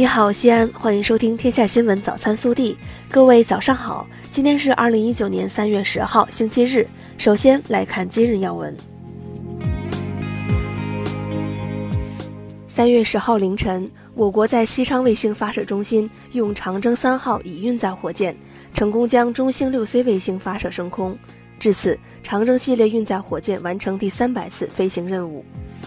你好，西安，欢迎收听天下新闻早餐速递。各位早上好，今天是2019年3月10号，星期日。首先来看今日要闻。3月10号凌晨，我国在西昌卫星发射中心用长征3号乙运载火箭，成功将中星 6C 卫星发射升空。至此，长征系列运载火箭完成第300次飞行任务。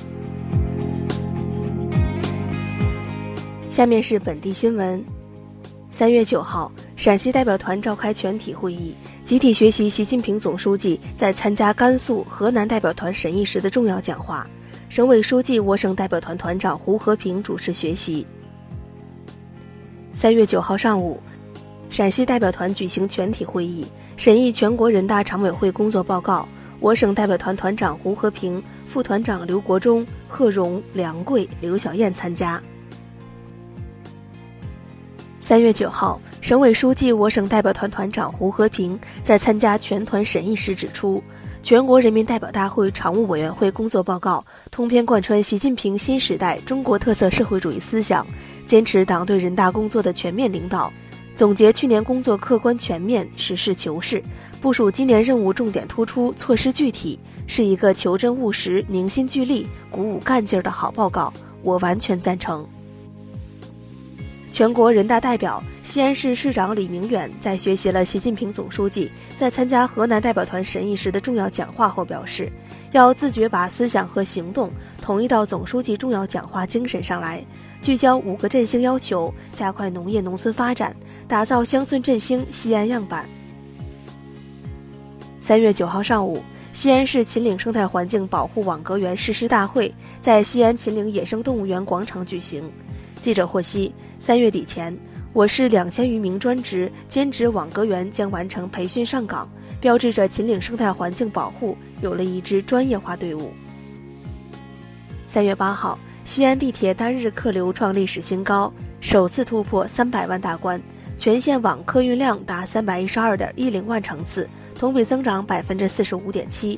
下面是本地新闻。3月9号，陕西代表团召开全体会议，集体学习习近平总书记在参加甘肃、河南代表团审议时的重要讲话。省委书记、我省代表团团长胡和平主持学习。3月9号上午，陕西代表团举行全体会议，审议全国人大常委会工作报告。我省代表团团长胡和平、副团长刘国忠、贺荣、梁贵、刘小燕参加。3月9号，省委书记、我省代表团团长胡和平在参加全团审议时指出，全国人民代表大会常务委员会工作报告通篇贯穿习近平新时代中国特色社会主义思想，坚持党对人大工作的全面领导，总结去年工作客观全面、实事求是，部署今年任务重点突出、措施具体，是一个求真务实、凝心聚力、鼓舞干劲儿的好报告，我完全赞成。全国人大代表、西安市市长李明远在学习了习近平总书记在参加河南代表团审议时的重要讲话后表示，要自觉把思想和行动统一到总书记重要讲话精神上来，聚焦5个振兴要求，加快农业农村发展，打造乡村振兴西安样板。3月9号上午，西安市秦岭生态环境保护网格员誓师大会在西安秦岭野生动物园广场举行。记者获悉，3月底前，我市2000余名专职、兼职网格员将完成培训上岗，标志着秦岭生态环境保护有了一支专业化队伍。3月8号，西安地铁单日客流创历史新高，首次突破300万大关，全线网客运量达312.10万乘次，同比增长45.7%。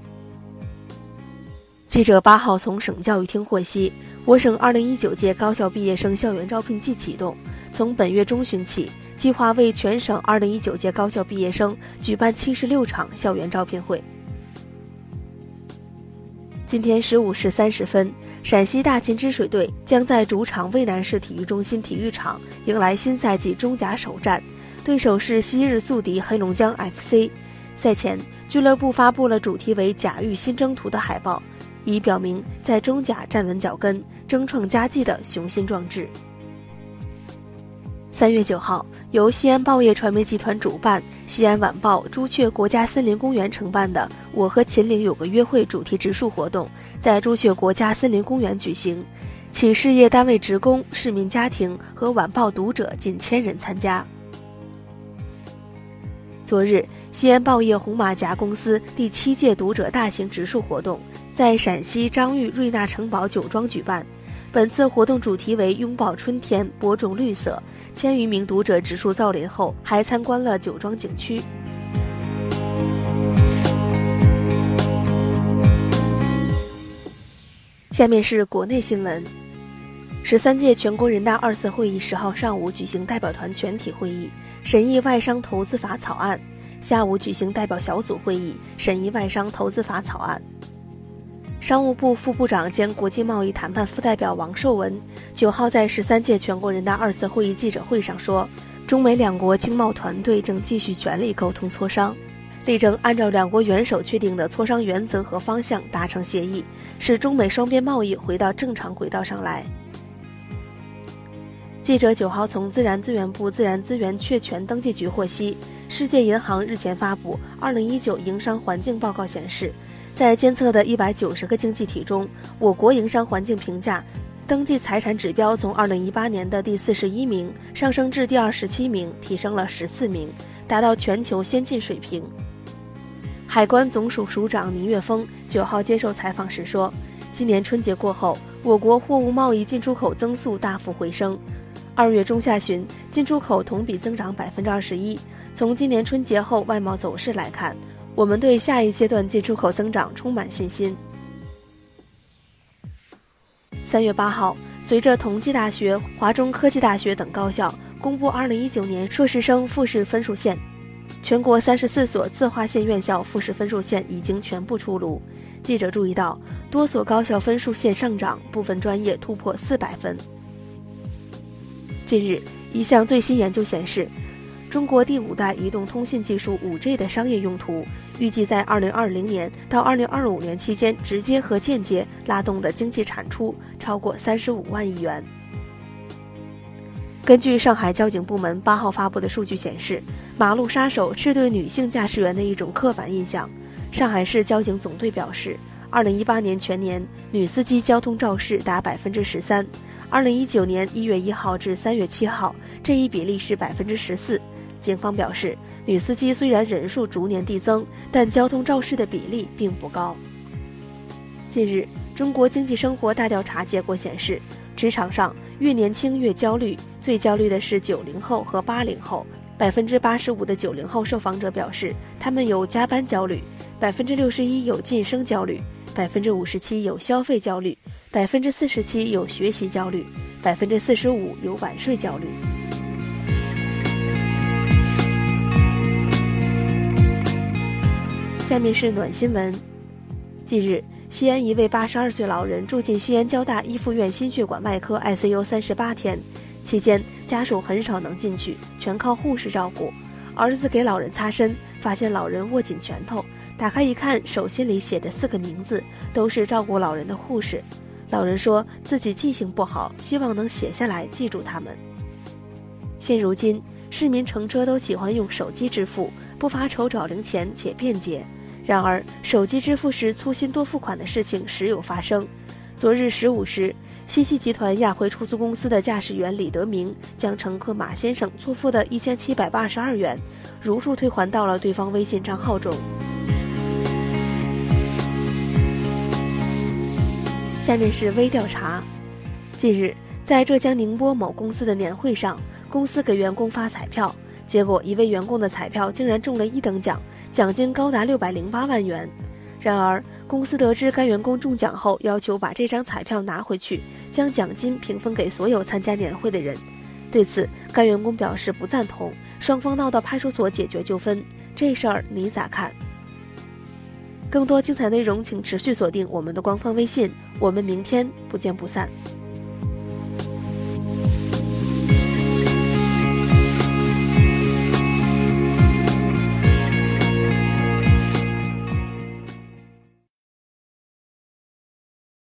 记者8号从省教育厅获悉，我省2019届高校毕业生校园招聘季启动，从本月中旬起，计划为全省2019届高校毕业生举办76场校园招聘会。今天15时30分，陕西大秦支水队将在主场渭南市体育中心体育场迎来新赛季中甲首战，对手是昔日宿敌黑龙江 FC。赛前，俱乐部发布了主题为“甲域新征途”的海报，以表明在中甲站稳脚跟、争创佳绩的雄心壮志。3月9号，由西安报业传媒集团主办、西安晚报、朱雀国家森林公园承办的“我和秦岭有个约会”主题植树活动在朱雀国家森林公园举行，企事业单位职工、市民家庭和晚报读者近1000人参加。昨日，西安报业红马甲公司第7届读者大型植树活动在陕西张裕瑞纳城堡酒庄举办。本次活动主题为拥抱春天，播种绿色，1000余名读者植树造林后，还参观了酒庄景区。下面是国内新闻。13届全国人大2次会议10号上午举行代表团全体会议，审议外商投资法草案，下午举行代表小组会议，审议外商投资法草案。商务部副部长兼国际贸易谈判副代表王受文9号在13届全国人大2次会议记者会上说，中美两国经贸团队正继续全力沟通磋商，力争按照两国元首确定的磋商原则和方向达成协议，使中美双边贸易回到正常轨道上来。记者9号从自然资源部自然资源确权登记局获悉，世界银行日前发布2019营商环境报告显示，在监测的190个经济体中，我国营商环境评价登记财产指标从2018年的第41名上升至第27名，提升了14名，达到全球先进水平。海关总署署长倪岳峰9号接受采访时说，今年春节过后，我国货物贸易进出口增速大幅回升，2月中下旬进出口同比增长21%。从今年春节后外贸走势来看，我们对下一阶段进出口增长充满信心。3月8号， 随着同济大学、华中科技大学等高校公布2019年硕士生复试分数线，全国34所自划线院校复试分数线已经全部出炉。记者注意到，多所高校分数线上涨，部分专业突破400分。近日，一项最新研究显示，中国第5代移动通信技术 5G 的商业用途，预计在2020年到2025年期间直接和间接拉动的经济产出超过35万亿元。根据上海交警部门8号发布的数据显示，马路杀手是对女性驾驶员的一种刻板印象。上海市交警总队表示，2018年全年女司机交通肇事达13%，2019年1月1号至3月7号这一比例是14%。警方表示，女司机虽然人数逐年递增，但交通肇事的比例并不高。近日，中国经济生活大调查结果显示，职场上越年轻越焦虑，最焦虑的是90后和80后。85%的90后受访者表示，他们有加班焦虑，61%有晋升焦虑，57%有消费焦虑，47%有学习焦虑，45%有晚睡焦虑。下面是暖新闻。近日，西安一位82岁老人住进西安交大一附院心血管外科 ICU 38天，期间家属很少能进去，全靠护士照顾。儿子给老人擦身，发现老人握紧拳头，打开一看，手心里写着4个名字，都是照顾老人的护士。老人说自己记性不好，希望能写下来记住他们。现如今，市民乘车都喜欢用手机支付，不发愁找零钱且便捷。然而，手机支付时粗心多付款的事情时有发生。昨日15时，西汽集团亚辉出租公司的驾驶员李德明将乘客马先生错付的1782元如数退还到了对方微信账号中。下面是微调查。近日，在浙江宁波某公司的年会上，公司给员工发彩票，结果一位员工的彩票竟然中了1等奖，奖金高达608万元。然而，公司得知该员工中奖后，要求把这张彩票拿回去，将奖金平分给所有参加年会的人。对此，该员工表示不赞同，双方闹到派出所解决纠纷。这事儿你咋看？更多精彩内容请持续锁定我们的官方微信，我们明天不见不散。